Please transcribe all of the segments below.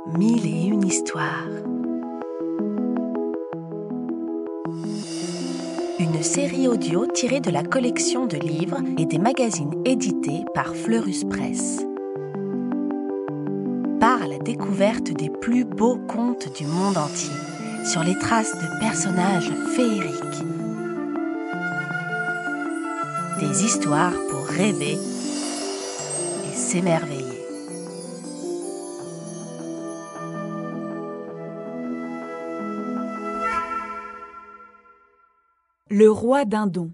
Mille et une histoires. Une série audio tirée de la collection de livres et des magazines édités par Fleurus Press. Part à la découverte des plus beaux contes du monde entier, sur les traces de personnages féeriques. Des histoires pour rêver et s'émerveiller. Le roi Dindon.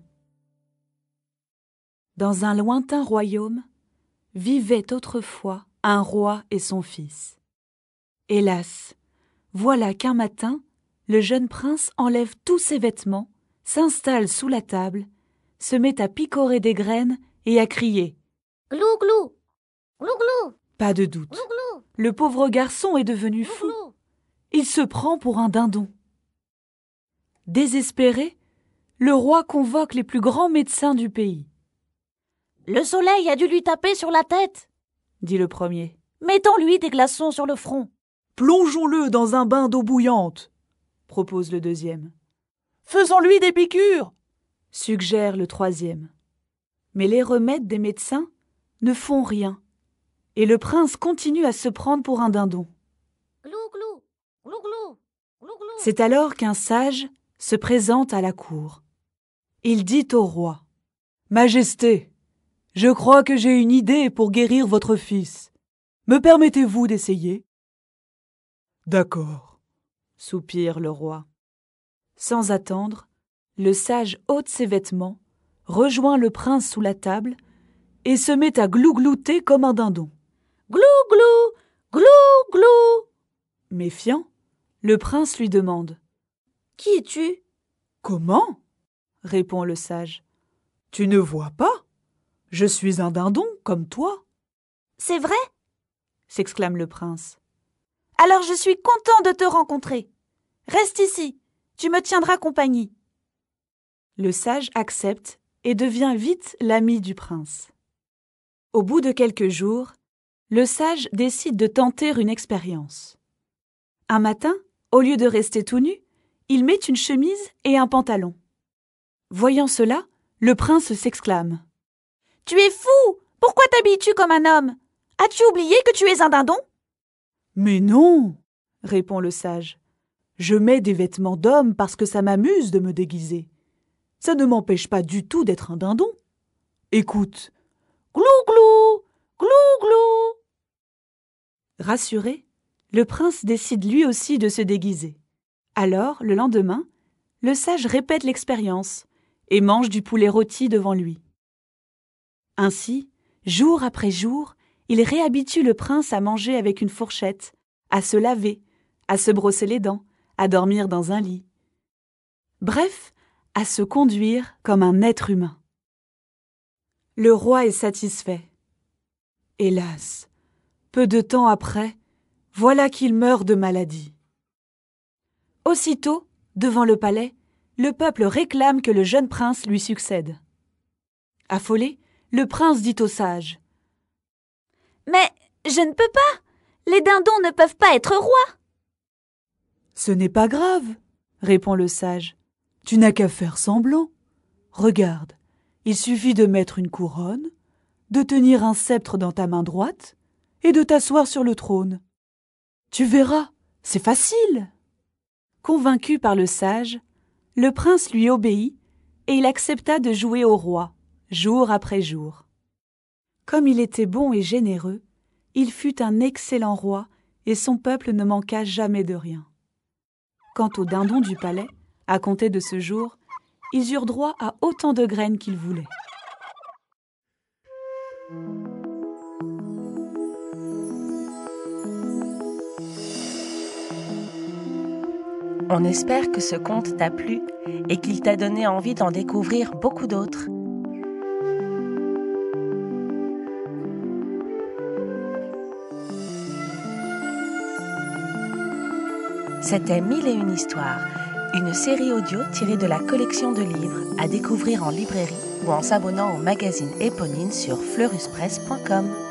Dans un lointain royaume, vivait autrefois un roi et son fils. Hélas, voilà qu'un matin, le jeune prince enlève tous ses vêtements, s'installe sous la table, se met à picorer des graines et à crier « Glou, glou! Glou, glou! Pas de doute, Glou, glou! le pauvre garçon est devenu Glou, fou. glou! Il se prend pour un dindon. Désespéré, le roi convoque les plus grands médecins du pays. « Le soleil a dû lui taper sur la tête, Dit le premier. mettons-lui des glaçons sur le front. Plongeons-le dans un bain d'eau bouillante, propose le deuxième. Faisons-lui des piqûres, Suggère le troisième. Mais les remèdes des médecins ne font rien, et le prince continue à se prendre pour un dindon. Glou, glou! Glou, glou! Glou, glou! C'est alors qu'un sage se présente à la cour. Il dit au roi : « Majesté, je crois que j'ai une idée pour guérir votre fils. Me permettez-vous d'essayer ?» « D'accord, » soupire le roi. Sans attendre, le sage ôte ses vêtements, rejoint le prince sous la table et se met à glouglouter comme un dindon. Glou, glou! Glou, glou! Méfiant, le prince lui demande : « Qui es-tu? Comment ? Répond le sage. Tu ne vois pas ? Je suis un dindon comme toi, C'est vrai? s'exclame le prince. Alors je suis content de te rencontrer. Reste ici, tu me tiendras compagnie. » Le sage accepte et devient vite l'ami du prince. Au bout de quelques jours, le sage décide de tenter une expérience. Un matin, au lieu de rester tout nu, il met une chemise et un pantalon. Voyant cela, le prince s'exclame : « Tu es fou! Pourquoi t'habilles-tu comme un homme? As-tu oublié que tu es un dindon? » « Mais non !» répond le sage. « Je mets des vêtements d'homme parce que ça m'amuse de me déguiser. Ça ne m'empêche pas du tout d'être un dindon. Écoute. » Glou, glou! Glou, glou! Rassuré, le prince décide lui aussi de se déguiser. Alors, le lendemain, le sage répète l'expérience et mange du poulet rôti devant lui. Ainsi, jour après jour, il réhabitue le prince à manger avec une fourchette, à se laver, à se brosser les dents, à dormir dans un lit. Bref, à se conduire comme un être humain. Le roi est satisfait. Hélas, peu de temps après, voilà qu'il meurt de maladie. Aussitôt, devant le palais, le peuple réclame que le jeune prince lui succède. Affolé, le prince dit au sage : « Mais je ne peux pas! Les dindons ne peuvent pas être rois! » « Ce n'est pas grave, » répond le sage. « Tu n'as qu'à faire semblant. Regarde, il suffit de mettre une couronne, de tenir un sceptre dans ta main droite et de t'asseoir sur le trône. Tu verras, c'est facile. » Convaincu par le sage, le prince lui obéit et il accepta de jouer au roi, jour après jour. Comme il était bon et généreux, il fut un excellent roi et son peuple ne manqua jamais de rien. Quant aux dindons du palais, à compter de ce jour, ils eurent droit à autant de graines qu'ils voulaient. On espère que ce conte t'a plu et qu'il t'a donné envie d'en découvrir beaucoup d'autres. C'était Mille et une histoires, une série audio tirée de la collection de livres à découvrir en librairie ou en s'abonnant au magazine éponyme sur fleuruspress.com.